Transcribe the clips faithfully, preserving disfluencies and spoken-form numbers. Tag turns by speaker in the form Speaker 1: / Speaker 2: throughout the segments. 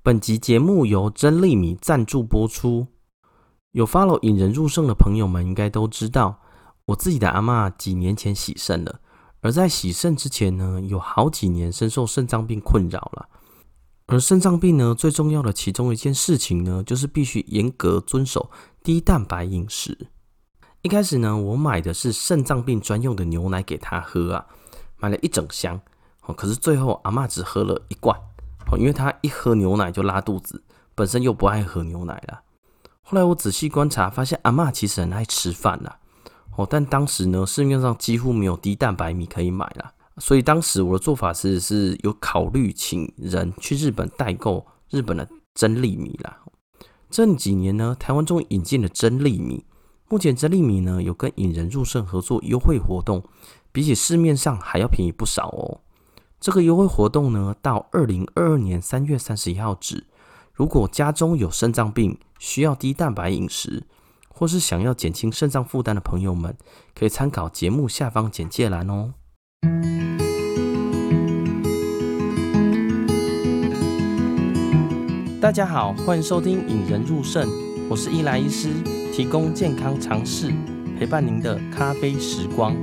Speaker 1: 本集节目由真粒米赞助播出。有 follow 引人入胜的朋友们应该都知道，我自己的阿嬷几年前洗肾了，而在洗肾之前呢，有好几年深受肾脏病困扰了。而肾脏病呢，最重要的其中一件事情呢，就是必须严格遵守低蛋白饮食。一开始呢，我买的是肾脏病专用的牛奶给他喝啊，买了一整箱。可是最后阿嬷只喝了一罐，因为她一喝牛奶就拉肚子，本身又不爱喝牛奶啦。后来我仔细观察，发现阿嬷其实很爱吃饭啦，但当时呢，市面上几乎没有低蛋白米可以买啦，所以当时我的做法是是有考虑请人去日本代购日本的真粒米啦。这几年呢，台湾终于引进了真粒米，目前真粒米呢有跟引人入胜合作优惠活动，比起市面上还要便宜不少哦。这个优惠活动呢，到二零二二年三月三十一号止。如果家中有肾脏病，需要低蛋白饮食，或是想要减轻肾脏负担的朋友们，可以参考节目下方简介栏哦。大家好，欢迎收听引人入胜，我是伊莱医师，提供健康常识，陪伴您的咖啡时光。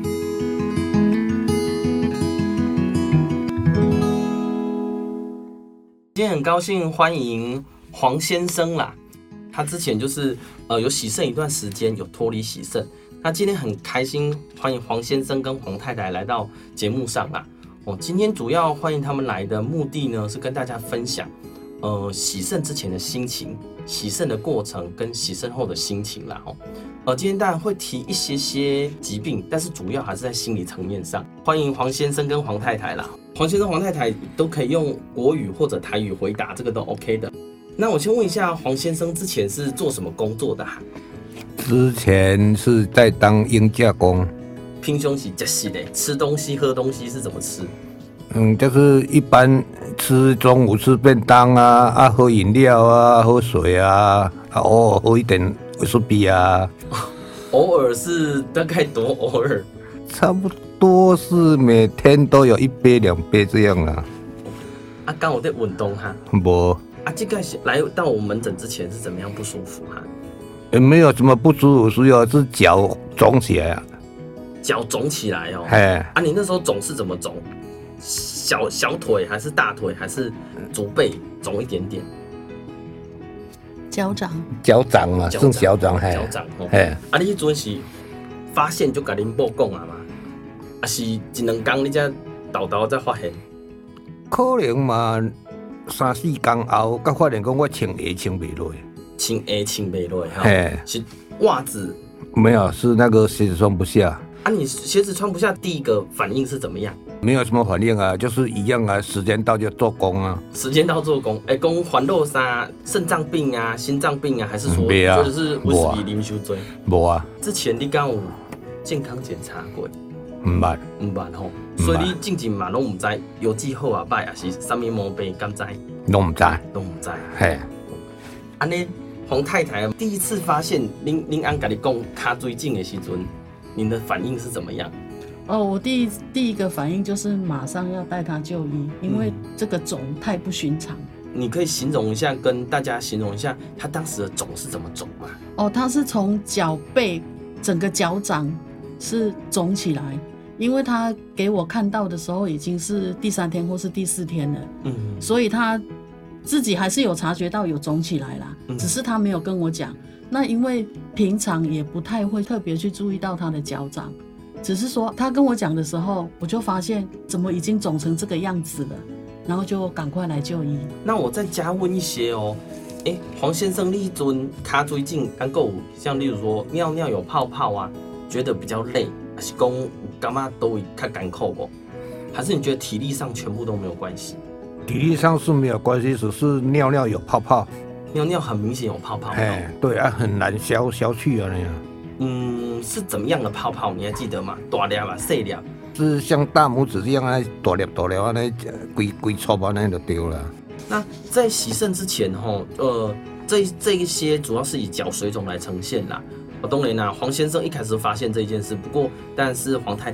Speaker 1: 今天很高兴欢迎黄先生啦，他之前就是呃有洗肾一段时间，有脱离洗肾。那今天很开心欢迎黄先生跟黄太太来到节目上啦。哦，今天主要欢迎他们来的目的呢，是跟大家分享呃洗肾之前的心情、洗肾的过程跟洗肾后的心情啦。哦，呃，今天当然会提一些些疾病，但是主要还是在心理层面上。欢迎黄先生跟黄太太啦。黄先生、黄太太都可以用国语或者台语回答，这个都 OK 的。那我先问一下，黄先生之前是做什么工作的？
Speaker 2: 之前是在当鹰架工。
Speaker 1: 平常是吃食的，吃东西、喝东西是怎么吃？
Speaker 2: 嗯，就是一般吃中午吃便当啊，啊喝饮料啊，喝水啊，啊偶尔喝一点威士忌啊。
Speaker 1: 偶尔是大概多偶尔？
Speaker 2: 差不多是每天都有一杯两杯这样啦。
Speaker 1: 啊，刚有在运动哈？
Speaker 2: 无。
Speaker 1: 啊，这个来到我门诊之前是怎么样不舒服哈？
Speaker 2: 也没有什么不舒服，只有是脚肿起来啊。
Speaker 1: 脚肿起来哦。
Speaker 2: 哎。
Speaker 1: 啊，你那时候肿是怎么肿？小小腿还是大腿还是足背肿一点点？
Speaker 3: 脚掌。
Speaker 2: 脚掌嘛，算脚掌。
Speaker 1: 脚掌哦。哎。啊，你迄阵是发现就甲恁某讲啊嘛？啊是一两天你才豆豆才发现？
Speaker 2: 可能嘛。三四天后，才发现讲我穿鞋穿不落，
Speaker 1: 穿鞋穿不落，嘿，是袜子
Speaker 2: 没有，是那个鞋子穿不下。
Speaker 1: 啊，你鞋子穿不下，第一个反应是怎么样？
Speaker 2: 没有什么反应啊，就是一样啊，时间到就做工啊。
Speaker 1: 时间到做工，哎、欸，讲环肉沙、肾脏病啊、心脏病啊，还是说，
Speaker 2: 啊、
Speaker 1: 或者是威士忌啉伤多？
Speaker 2: 无啊。
Speaker 1: 之前你敢有健康检查过？
Speaker 2: 唔捌，
Speaker 1: 唔捌吼。所以你进前嘛拢唔知邮寄好啊歹，还是啥物毛病，敢知？
Speaker 2: 拢唔知，
Speaker 1: 拢唔知。
Speaker 2: 嘿，
Speaker 1: 安尼黄太太第一次发现恁恁安甲你讲卡水肿的时阵，您的反应是怎么样？
Speaker 3: 哦，我第一第一个反应就是马上要带他就医，因为这个肿太不寻常。
Speaker 1: 你可以形容一下，跟大家形容一下他当时的肿是怎么肿吗？
Speaker 3: 哦，他是从脚背整个脚掌是肿起来。因为他给我看到的时候已经是第三天或是第四天了，嗯，所以他自己还是有察觉到有肿起来啦，嗯，只是他没有跟我讲。那因为平常也不太会特别去注意到他的脚掌，只是说他跟我讲的时候，我就发现怎么已经肿成这个样子了，然后就赶快来就医。
Speaker 1: 那我再加问一些哦，哎，黄先生，你迄阵卡水肿，敢有像例如说尿尿有泡泡啊，觉得比较累？还是讲有感觉都会较艰苦不？还是你觉得体力上全部都没有关系？
Speaker 2: 体力上是没有关系，只是尿尿有泡泡。
Speaker 1: 尿尿很明显有泡泡。
Speaker 2: 哎，对啊，很难消消去啊那样。
Speaker 1: 嗯，是怎么样的泡泡？你还记得吗？大粒啊，小粒？
Speaker 2: 是像大拇指这样啊，大粒大粒啊，那规规撮啊，那就丢了。
Speaker 1: 那在洗肾之前吼，呃，这这一些主要是以脚水肿来呈现啦。当然啦，黄先生一开始发现这件事，不过但是黄太太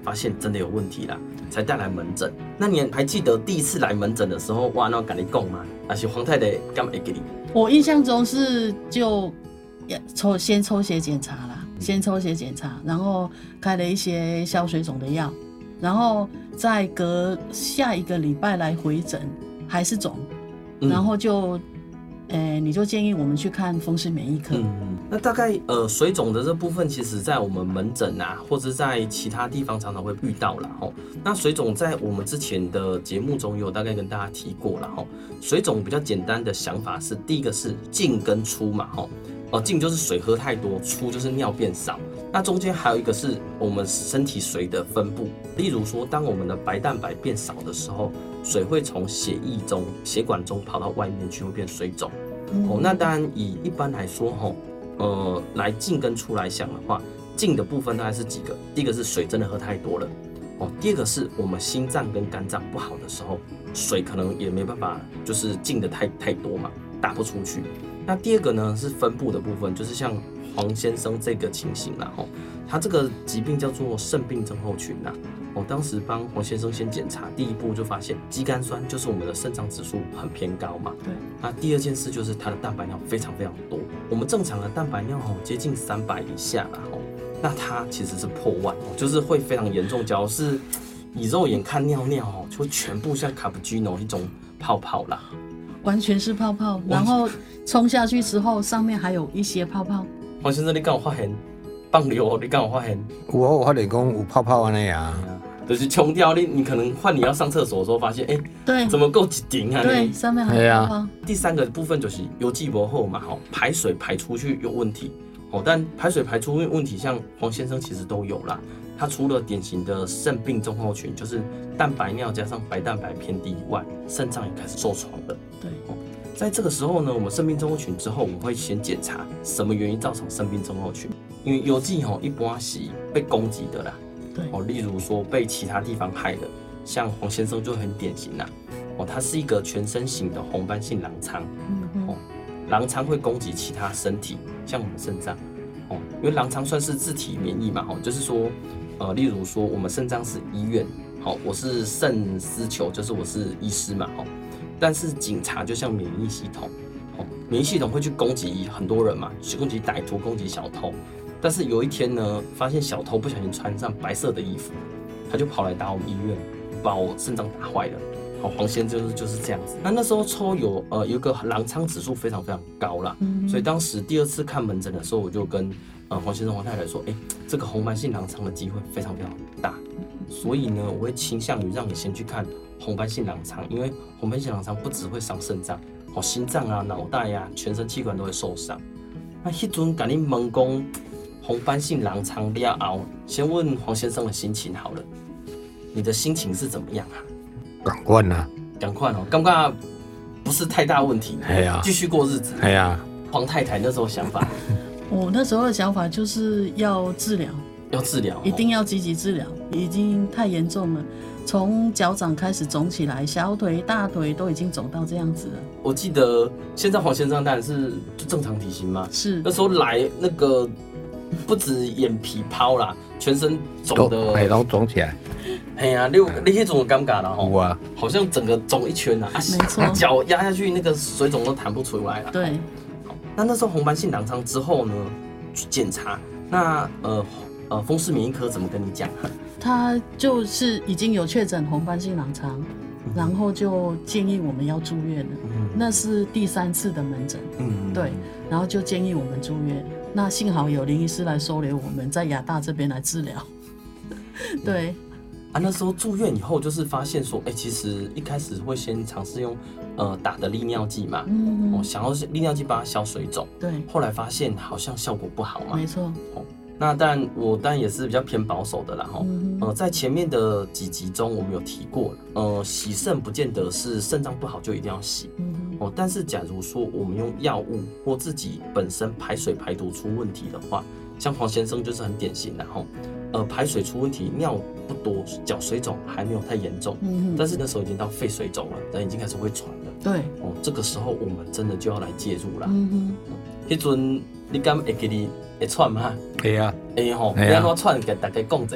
Speaker 1: 发现真的有问题啦，才带来门诊。那你还记得第一次来门诊的时候，哇，那跟你讲吗？还是黄太太干嘛会给你？
Speaker 3: 我印象中是就抽先抽血检查啦，先抽血检查，然后开了一些消水肿的药，然后再隔下一个礼拜来回诊，还是肿，
Speaker 1: 嗯、
Speaker 3: 然后就，呃，你就建议我们去看风湿免疫科。
Speaker 1: 嗯，那大概呃水肿的这部分，其实在我们门诊啊，或者在其他地方常常会遇到啦吼。那水肿在我们之前的节目中有大概跟大家提过啦吼。水肿比较简单的想法是，第一个是进跟出嘛吼。哦，进就是水喝太多，出就是尿变少。那中间还有一个是我们身体水的分布，例如说，当我们的白蛋白变少的时候，水会从血液中、血管中跑到外面去，会变水肿。
Speaker 3: 嗯、
Speaker 1: 哦，那当然以一般来说，吼，呃，来进跟出来想的话，进的部分大概是几个？第一个是水真的喝太多了，哦，第二个是我们心脏跟肝脏不好的时候，水可能也没办法，就是进的太太多嘛，打不出去。那第二个呢是分布的部分，就是像黄先生这个情形啦，吼，他这个疾病叫做肾病症候群呐。我当时帮黄先生先检查，第一步就发现肌酐酸就是我们的肾脏指数很偏高嘛。
Speaker 3: 对。
Speaker 1: 那第二件事就是他的蛋白尿非常非常多，我们正常的蛋白尿吼接近三百以下啦吼，那他其实是破万，就是会非常严重，假如是以肉眼看尿尿哦，就全部像卡布奇诺一种泡泡啦。
Speaker 3: 完全是泡泡，然后冲下去之后，上面还有一些泡泡。
Speaker 1: 黄先生，你敢有发现放流？你敢有发现？
Speaker 2: 我有发现讲有泡泡安尼啊，
Speaker 1: 就是冲掉你，你可能换你要上厕所的时候，发现哎，欸、
Speaker 3: 对，
Speaker 1: 怎么够几顶啊？
Speaker 3: 对，上面还有泡泡。
Speaker 2: 啊、
Speaker 1: 第三个部分就是邮寄不好嘛，吼，排水排出去有问题，哦，但排水排出问题，像黄先生其实都有啦。他除了典型的肾病症候群，就是蛋白尿加上白蛋白偏低以外，肾脏也开始受创了。
Speaker 3: 对，
Speaker 1: 在这个时候呢，我们肾病症候群之后，我们会先检查什么原因造成肾病症候群，因为邮寄吼一般是被攻击的啦，
Speaker 3: 对，
Speaker 1: 哦，例如说被其他地方害的，像黄先生就很典型啦，哦，它是一个全身型的红斑性狼疮，
Speaker 3: 嗯
Speaker 1: 哦，狼疮会攻击其他身体，像我们肾脏，哦，因为狼疮算是自体免疫嘛，哦，就是说，呃，例如说我们肾脏是医院，好，我是肾丝球，就是我是医师嘛，哦。但是警察就像免疫系统，哦，免疫系统会去攻击很多人嘛，去攻击歹徒、攻击小偷。但是有一天呢，发现小偷不小心穿上白色的衣服，他就跑来打我们医院，把我肾脏打坏了。好，黄先生就是就是这样子。那那时候抽有呃有一个狼疮指数非常非常高啦，
Speaker 3: 嗯、
Speaker 1: 所以当时第二次看门诊的时候，我就跟呃黄先生、黄太太说，哎、欸，这个红斑性狼疮的机会非常非常大，所以呢，我会倾向于让你先去看红斑性狼疮，因为红斑性狼疮不只会伤肾脏，哦，心脏啊、脑袋啊、全身器官都会受伤。那迄阵甲你问讲红斑性狼疮了后，先问黄先生的心情好了，你的心情是怎么样啊？
Speaker 2: 赶快啊！
Speaker 1: 赶快哦，感觉不是太大问题，
Speaker 2: 系啊，
Speaker 1: 继续过日子。
Speaker 2: 系啊，
Speaker 1: 黄太太那时候想法，
Speaker 3: 我那时候的想法就是要治疗，
Speaker 1: 要治疗，
Speaker 3: 一定要积极治疗，已经太严重了。从脚掌开始肿起来，小腿、大腿都已经肿到这样子了。
Speaker 1: 我记得现在黄先生当然是就正常体型嘛，
Speaker 3: 是
Speaker 1: 那时候来那个不止眼皮泡啦，全身肿的，
Speaker 2: 哎，都肿起来。
Speaker 1: 哎呀、啊，你你那种尴尬了哈，
Speaker 2: 哇，
Speaker 1: 好像整个肿一圈啊，啊
Speaker 3: 没错，
Speaker 1: 脚压下去那个水肿都弹不出来了。
Speaker 3: 对，
Speaker 1: 好，那那时候红斑性狼疮之后呢，去检查，那呃呃风湿免疫科怎么跟你讲？
Speaker 3: 他就是已经有确诊红斑性狼疮，嗯、然后就建议我们要住院了。嗯、那是第三次的门诊，嗯，对，然后就建议我们住院。那幸好有林医师来收留我们，在亚大这边来治疗。对。
Speaker 1: 嗯啊，那时候住院以后，就是发现说，哎、欸，其实一开始会先尝试用，呃，打的利尿剂嘛，嗯，哦，想要利尿剂帮它消水肿，
Speaker 3: 对，
Speaker 1: 后来发现好像效果不好嘛，
Speaker 3: 没错，
Speaker 1: 哦，那当然我当然也是比较偏保守的啦，哈、嗯，呃，在前面的几集中我们有提过，呃，洗肾不见得是肾脏不好就一定要洗，嗯，哦，但是假如说我们用药物或自己本身排水排毒出问题的话，像黄先生就是很典型的哈。呃，排水出问题，尿不多，脚水肿还没有太严重，嗯，但是那时候已经到肺水肿了，人已经开始会喘了。
Speaker 3: 对，
Speaker 1: 哦，这个时候我们真的就要来介入啦。
Speaker 3: 嗯
Speaker 1: 哼，迄阵你敢会记得会喘吗？
Speaker 2: 会啊，
Speaker 1: 会吼，你安怎喘？给大家讲者。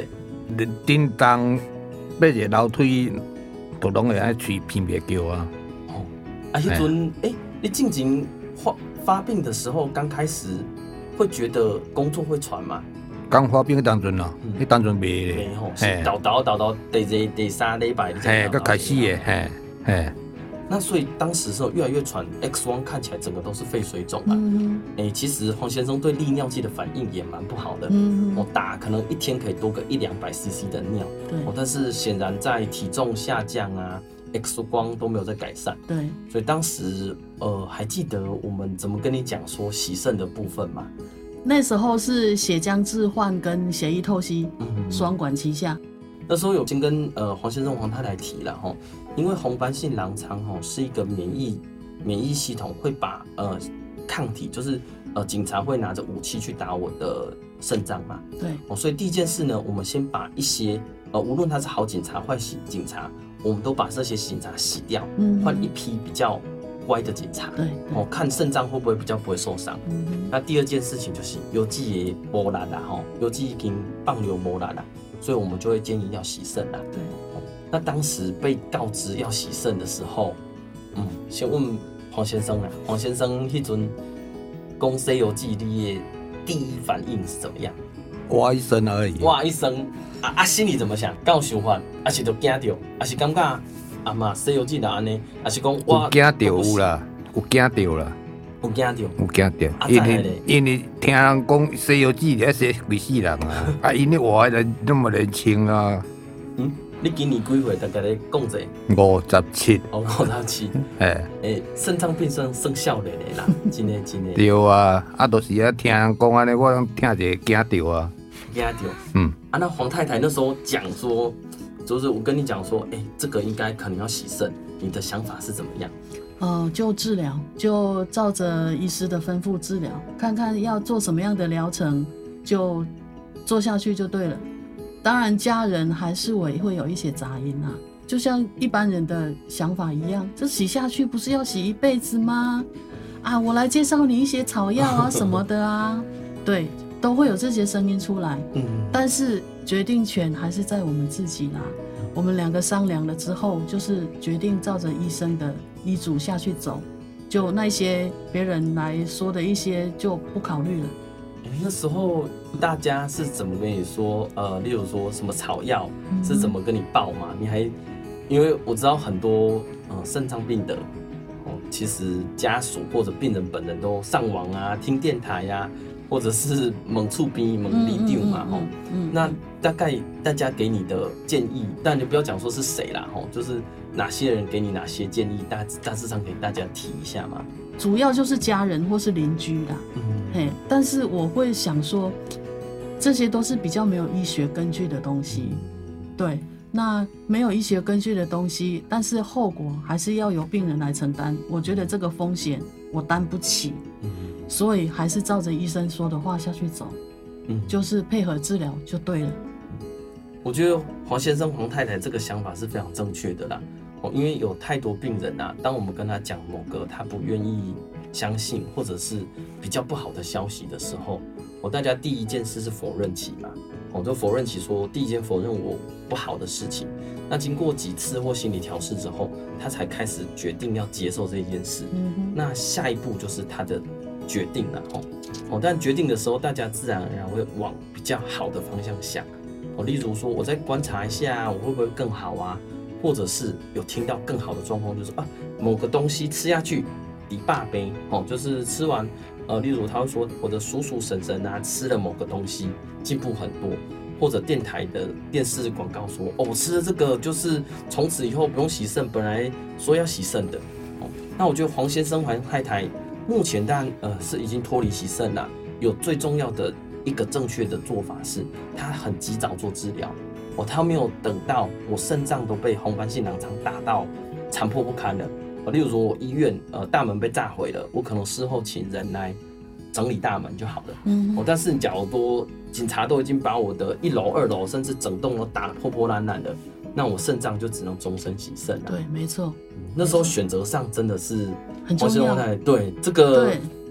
Speaker 2: 叮当爬一个楼梯，都拢会爱喙鼻袂叫啊。
Speaker 1: 哦，啊，迄阵诶，你进前发发病的时候，刚开始会觉得工作会喘吗？
Speaker 2: 刚发病迄当阵啊，迄当阵袂
Speaker 1: 咧，吼，是倒倒倒倒第二第三礼拜，
Speaker 2: 嘿，刚开始诶，嘿，嘿。
Speaker 1: 那所以当时的时候越来越喘 ，X 光看起来整个都是肺水肿啊。嗯哎，其实黄先生对利尿剂的反应也蛮不好的。嗯我打可能一天可以多个一两百 C C 的尿。对。哦，但是显然在体重下降啊 ，X 光都没有在改善。对。所以当时呃，还记得我们怎么跟你讲说洗肾的部分吗？
Speaker 3: 那时候是血浆置换跟血液透析双管齐下。
Speaker 1: 那时候有先跟呃黄先生、黄太太提了哈，因为红斑性狼疮哈是一个免疫免疫系统会把呃抗体，就是呃警察会拿着武器去打我的肾脏嘛，对，哦，所以第一件事呢，我们先把一些呃无论他是好警察、坏警察，我们都把这些警察洗掉，换一批比较乖的警察，对，哦，看肾脏会不会比较不会受伤。嗯、那第二件事情就是邮寄的无力啦，吼，邮寄已经放流无力啦。所以我们就会建议要洗肾啦。对，那当时被告知要洗肾的时候，嗯，先问黄先生啦。黄先生迄阵讲《西游记》你的第一反应是怎么样？
Speaker 2: 哇一声而已。
Speaker 1: 哇一声啊啊！心里怎么想？敢有想法？还是就惊到？还是感觉啊嘛《西游记》就安尼？还是讲哇？
Speaker 2: 有惊到有啦，有惊到啦。
Speaker 1: 有惊到，
Speaker 2: 有惊到，因为因为听人讲《西游记》要死几世人啊，啊，因为我人那么年轻啊。
Speaker 1: 嗯，你今年几岁？大家咧讲者？
Speaker 2: 五十七。
Speaker 1: 哦，五十七。哎哎，肾脏病算算少年的啦，真的真的。
Speaker 2: 对啊，啊，都是啊，听人讲安尼，我听一个惊到啊。
Speaker 1: 惊到。嗯。啊，那黄太太那时候讲说，就是我跟你讲说，哎、欸，这个应该可能要洗肾，你的想法是怎么样？
Speaker 3: 呃，就治疗，就照着医师的吩咐治疗，看看要做什么样的疗程，就做下去就对了。当然，家人还是我也会有一些杂音啊，就像一般人的想法一样，这洗下去不是要洗一辈子吗？啊，我来介绍你一些草药啊什么的啊，对，都会有这些声音出来。嗯，但是决定权还是在我们自己啦。我们两个商量了之后，就是决定照着医生的医嘱下去走，就那些别人来说的一些就不考虑了。
Speaker 1: 欸、那时候大家是怎么跟你说？呃，例如说什么草药、嗯、是怎么跟你报嘛？你还因为我知道很多呃肾脏病的哦，其实家属或者病人本人都上网啊、听电台呀、啊，或者是猛触逼、猛力丢嘛，吼、嗯嗯嗯。那大概大家给你的建议，但你不要讲说是谁啦，吼，就是哪些人给你哪些建议，大大致上给大家提一下嘛。
Speaker 3: 主要就是家人或是邻居啦，嗯，嘿，但是我会想说，这些都是比较没有医学根据的东西，对，那没有医学根据的东西，但是后果还是要由病人来承担，我觉得这个风险我担不起，嗯，所以还是照着医生说的话下去走，嗯，就是配合治疗就对了。
Speaker 1: 我觉得黄先生、黄太太这个想法是非常正确的啦。因为有太多病人啊，当我们跟他讲某个他不愿意相信或者是比较不好的消息的时候，我大家第一件事是否认起嘛，我就否认起说第一件否认我不好的事情。那经过几次或心理调试之后，他才开始决定要接受这件事。嗯、那下一步就是他的决定了哦。但决定的时候，大家自然而然会往比较好的方向想。哦，例如说，我再观察一下，我会不会更好啊？或者是有听到更好的状况，就是啊，某个东西吃下去，抵霸杯哦，就是吃完，呃，例如他会说我的叔叔婶婶啊吃了某个东西进步很多，或者电台的电视广告说哦，我吃了这个就是从此以后不用洗肾，本来说要洗肾的哦。那我觉得黄先生黄太太目前当然呃是已经脱离洗肾了，有最重要的一个正确的做法是，他很及早做治疗。哦，他没有等到我肾脏都被红斑性狼疮打到残破不堪了。哦，例如说我医院呃大门被炸毁了，我可能事后请人来整理大门就好了。嗯，哦，但是假如说警察都已经把我的一楼、二楼甚至整栋都打得破破烂烂的，那我肾脏就只能终身洗肾了。
Speaker 3: 对，没错。
Speaker 1: 嗯，那时候选择上真的是
Speaker 3: 很重要。
Speaker 1: 对这个。对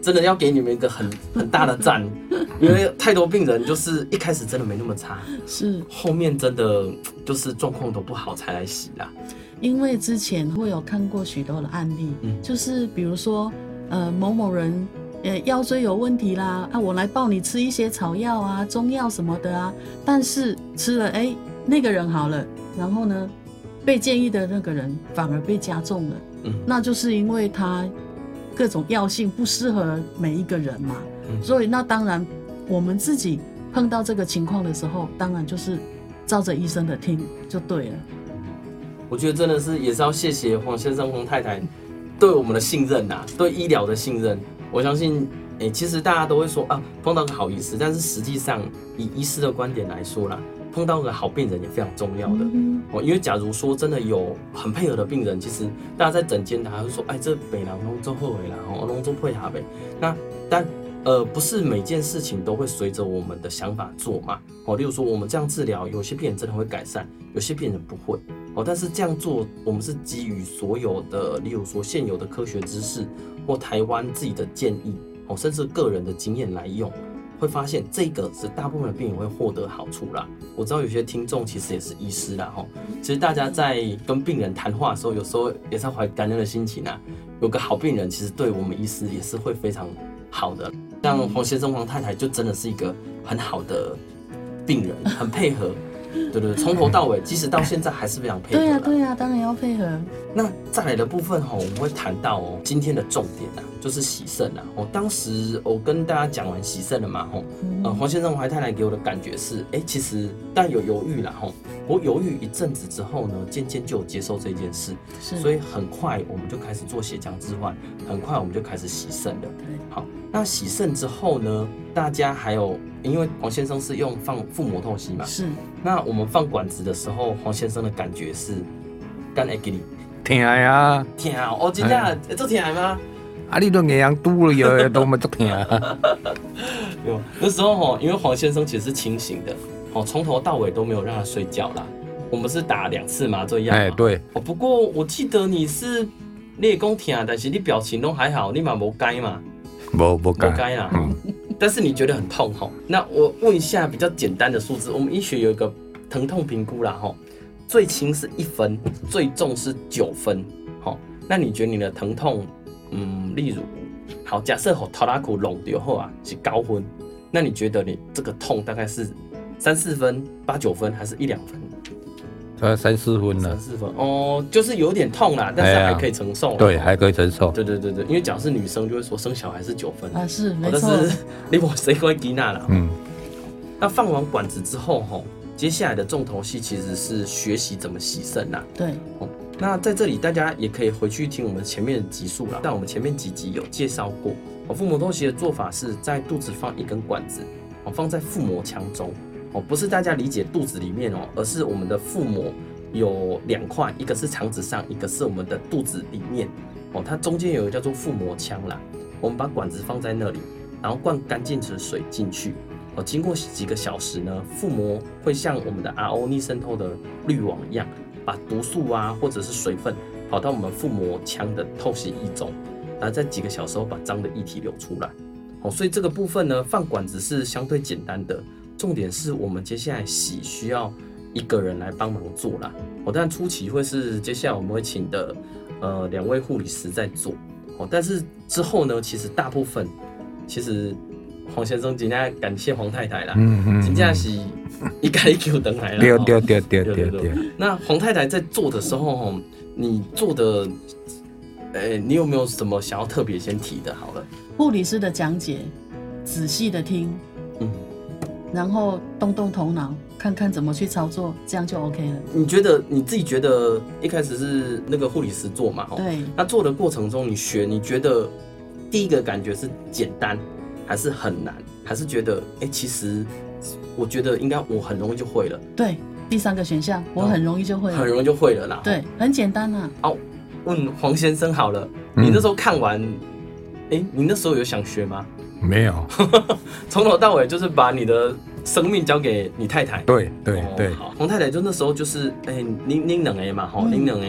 Speaker 1: 真的要给你们一个很很大的赞，因为太多病人就是一开始真的没那么差，
Speaker 3: 是
Speaker 1: 后面真的就是状况都不好才来洗啦。
Speaker 3: 因为之前会有看过许多的案例，嗯、就是比如说呃某某人呃腰椎有问题啦，啊我来抱你吃一些草药啊、中药什么的啊，但是吃了哎那个人好了，然后呢被建议的那个人反而被加重了，嗯、那就是因为他各种药性不适合每一个人嘛，嗯、所以那当然我们自己碰到这个情况的时候，当然就是照着医生的听就对了。
Speaker 1: 我觉得真的是也是要谢谢黄先生、黄太太对我们的信任啊，对医疗的信任。我相信，欸、其实大家都会说啊，碰到个好医师，但是实际上以医师的观点来说啦，碰到个好病人也非常重要的。嗯、哦，因为假如说真的有很配合的病人，其实大家在诊间还会说，哎，这北人拢做好的啦，哦，拢做配合的。那但呃，不是每件事情都会随着我们的想法做嘛。哦，例如说我们这样治疗，有些病人真的会改善，有些病人不会。哦，但是这样做，我们是基于所有的，例如说现有的科学知识或台湾自己的建议，哦，甚至个人的经验来用，会发现这个是大部分的病人会获得好处啦。我知道有些听众其实也是医师啦，哈，其实大家在跟病人谈话的时候，有时候也是要怀感恩的心情啊。有个好病人，其实对我们医师也是会非常好的。像黄先生、黄太太就真的是一个很好的病人，很配合。对对，从头到尾，即使到现在还是非常配合。
Speaker 3: 对呀、啊、对呀、啊，当然要配合。
Speaker 1: 那再来的部分哈，我们会谈到哦，今天的重点啊，就是洗肾啊。哦，当时我跟大家讲完洗肾了嘛，吼，呃，黄先生、黄太太给我的感觉是，哎、欸，其实但有犹豫啦，吼，我犹豫一阵子之后呢，渐渐就有接受这件事，所以很快我们就开始做血浆置换，很快我们就开始洗肾了。好，那洗肾之后呢，大家还有。因为黄先生是用放腹膜透析嘛，是。那我们放管子的时候，黄先生的感觉是，干会给你
Speaker 2: 疼呀，
Speaker 1: 疼哦，真的会做疼吗？
Speaker 2: 啊，你都硬样嘟了哟，都没做疼。
Speaker 1: 有那时候吼，因为黄先生其实是清醒的，哦，从头到尾都没有让他睡觉啦。我们是打两次麻醉药，哎，
Speaker 2: 对。
Speaker 1: 哦，不过我记得你是你也讲疼，但是你表情都还好，你嘛无改嘛，
Speaker 2: 无无改，
Speaker 1: 无改啦。嗯但是你觉得很痛吼？那我问一下比较简单的数字，我们医学有一个疼痛评估啦吼，最轻是一分，最重是九分，吼。那你觉得你的疼痛，嗯，例如，好，假设吼头拉骨弄掉后啊是高分，那你觉得你这个痛大概是三四分、八九分，还是一两分？
Speaker 2: 大概三四分了。
Speaker 1: 三四分哦，就是有点痛啦，但是还可以承受。
Speaker 2: 对，还可以承受。
Speaker 1: 对对对对，因为假如是女生就会说生小孩是九分
Speaker 3: 啊，是没
Speaker 1: 错。但是你我谁会给那啦？嗯。那放完管子之后吼，接下来的重头戏其实是学习怎么洗肾啦。
Speaker 3: 对。
Speaker 1: 哦，那在这里大家也可以回去听我们前面的集数啦，但我们前面几集有介绍过。哦，腹膜透析的做法是在肚子放一根管子，哦，放在腹膜腔中。哦，不是大家理解肚子里面哦，而是我们的腹膜有两块，一个是肠子上，一个是我们的肚子里面。哦，它中间有一个叫做腹膜腔啦。我们把管子放在那里，然后灌干净的水进去。哦，经过几个小时呢，腹膜会像我们的 R O 逆渗透的滤网一样，把毒素啊或者是水分跑到我们腹膜腔的透析液中，然后在几个小时后把脏的液体流出来。哦，所以这个部分呢，放管子是相对简单的。重点是我们接下来洗需要一个人来帮忙做啦。哦，但初期会是接下来我们会请的呃两位护理师在做。哦，但是之后呢，其实大部分其实黄先生真正感谢黄太太啦，嗯嗯，真正是一家一球等来了。
Speaker 2: 对对对对对对。
Speaker 1: 那黄太太在做的时候，你做的，呃，你有没有什么想要特别先提的？好了，
Speaker 3: 护理师的讲解，仔细的听，嗯。然后动动头脑，看看怎么去操作，这样就 OK 了。
Speaker 1: 你觉得你自己觉得一开始是那个护理师做嘛？
Speaker 3: 对。
Speaker 1: 那做的过程中，你学，你觉得第一个感觉是简单，还是很难，还是觉得哎、欸，其实我觉得应该我很容易就会了。
Speaker 3: 对，第三个选项我很容易就会了，
Speaker 1: 很容易就会了啦。
Speaker 3: 对，很简单啊。
Speaker 1: 哦，问黄先生好了，你那时候看完，哎、欸，你那时候有想学吗？
Speaker 2: 没有，
Speaker 1: 从头到尾就是把你的生命交给你太太。
Speaker 2: 对对对，
Speaker 1: 好，黄太太就那时候就是，哎、欸，您您两个嘛，吼，您两个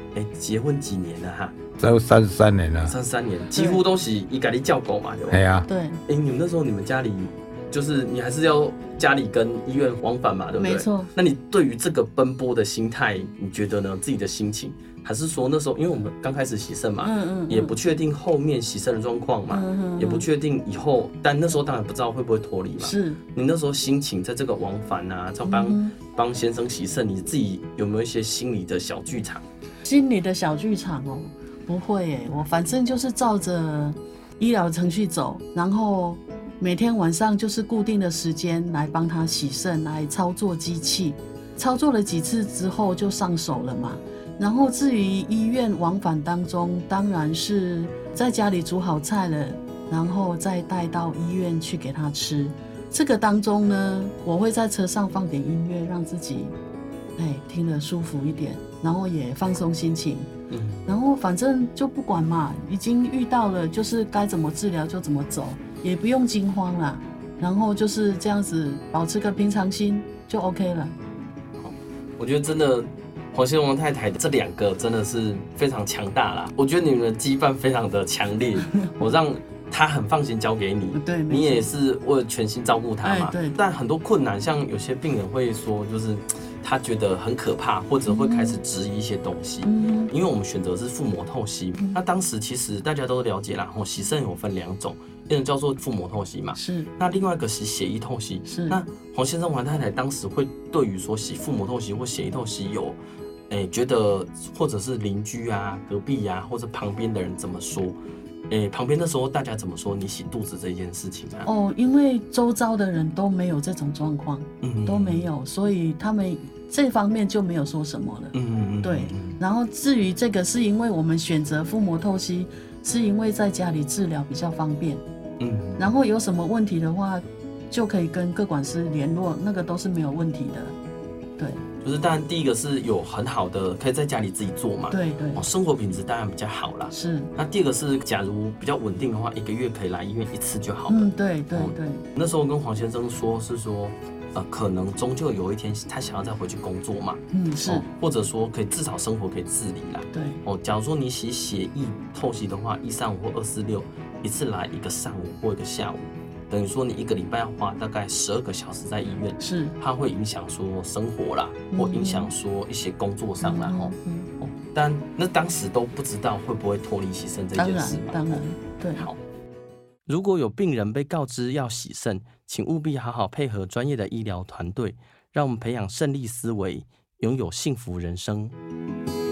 Speaker 1: 哎、欸，结婚几年了哈？
Speaker 2: 才三十三年了。
Speaker 1: 三十三年，几乎都是伊家里叫狗嘛，对吧？
Speaker 2: 哎呀，
Speaker 3: 对。
Speaker 1: 哎、欸，你们那时候你们家里就是你还是要家里跟医院往返嘛，对不对？
Speaker 3: 没错。
Speaker 1: 那你对于这个奔波的心态，你觉得呢？自己的心情？还是说那时候，因为我们刚开始洗肾嘛，嗯嗯嗯也不确定后面洗肾的状况嘛，嗯嗯嗯也不确定以后，但那时候当然不知道会不会脱离嘛。
Speaker 3: 是，
Speaker 1: 你那时候心情在这个往返啊，在帮帮、嗯、先生洗肾，你自己有没有一些心理的小剧场？
Speaker 3: 心理的小剧场哦，不会耶，我反正就是照着医疗程序走，然后每天晚上就是固定的时间来帮他洗肾，来操作机器，操作了几次之后就上手了嘛。然后至于医院往返当中，当然是在家里煮好菜了，然后再带到医院去给他吃。这个当中呢，我会在车上放点音乐，让自己哎听得舒服一点，然后也放松心情。嗯，然后反正就不管嘛，已经遇到了，就是该怎么治疗就怎么走，也不用惊慌啦。然后就是这样子，保持个平常心就 OK 了。
Speaker 1: 我觉得真的。黄先生、王太太这两个真的是非常强大啦，我觉得你们的羁绊非常的强烈，我让他很放心交给你，
Speaker 3: 对，
Speaker 1: 你也是为了全心照顾他嘛。
Speaker 3: 哎、对。
Speaker 1: 但很多困难，像有些病人会说，就是他觉得很可怕，或者会开始质疑一些东西。嗯，因为我们选择是腹膜透析，嗯、那当时其实大家都了解啦，洗肾有分两种。一种叫做腹膜透析嘛，
Speaker 3: 是。
Speaker 1: 那另外一个是血液透析，
Speaker 3: 是。
Speaker 1: 那黄先生、王太太当时会对于说洗腹膜透析或血液透析有，哎、欸，觉得或者是邻居啊、隔壁啊，或者旁边的人怎么说？哎、欸，旁边那时候大家怎么说你洗肚子这件事情啊？
Speaker 3: 哦，因为周遭的人都没有这种状况，嗯，都没有，所以他们这方面就没有说什么了。嗯嗯对。然后至于这个，是因为我们选择腹膜透析，是因为在家里治疗比较方便。嗯，然后有什么问题的话，就可以跟个管师联络，那个都是没有问题的。对，
Speaker 1: 就是当然第一个是有很好的可以在家里自己做嘛，
Speaker 3: 对对，
Speaker 1: 哦，生活品质当然比较好啦。
Speaker 3: 是。
Speaker 1: 那第二个是，假如比较稳定的话，一个月可以来医院一次就好了。
Speaker 3: 嗯，对对对。哦、
Speaker 1: 那时候跟黄先生说，是说，呃，可能终究有一天他想要再回去工作嘛。
Speaker 3: 嗯，是。
Speaker 1: 哦、或者说可以至少生活可以自理啦。
Speaker 3: 对。
Speaker 1: 哦，假如说你洗血液透析的话，一三五或二四六。一次来一个上午或一个下午，等于说你一个礼拜要花大概十二个小时在医院，
Speaker 3: 是
Speaker 1: 它会影响说生活啦，嗯、或影响说一些工作上啦，吼、嗯嗯，但那当时都不知道会不会脱离洗肾这件事嘛，
Speaker 3: 当然，当然，对。
Speaker 1: 好，如果有病人被告知要洗肾，请务必好好配合专业的医疗团队，让我们培养胜利思维，拥有幸福人生。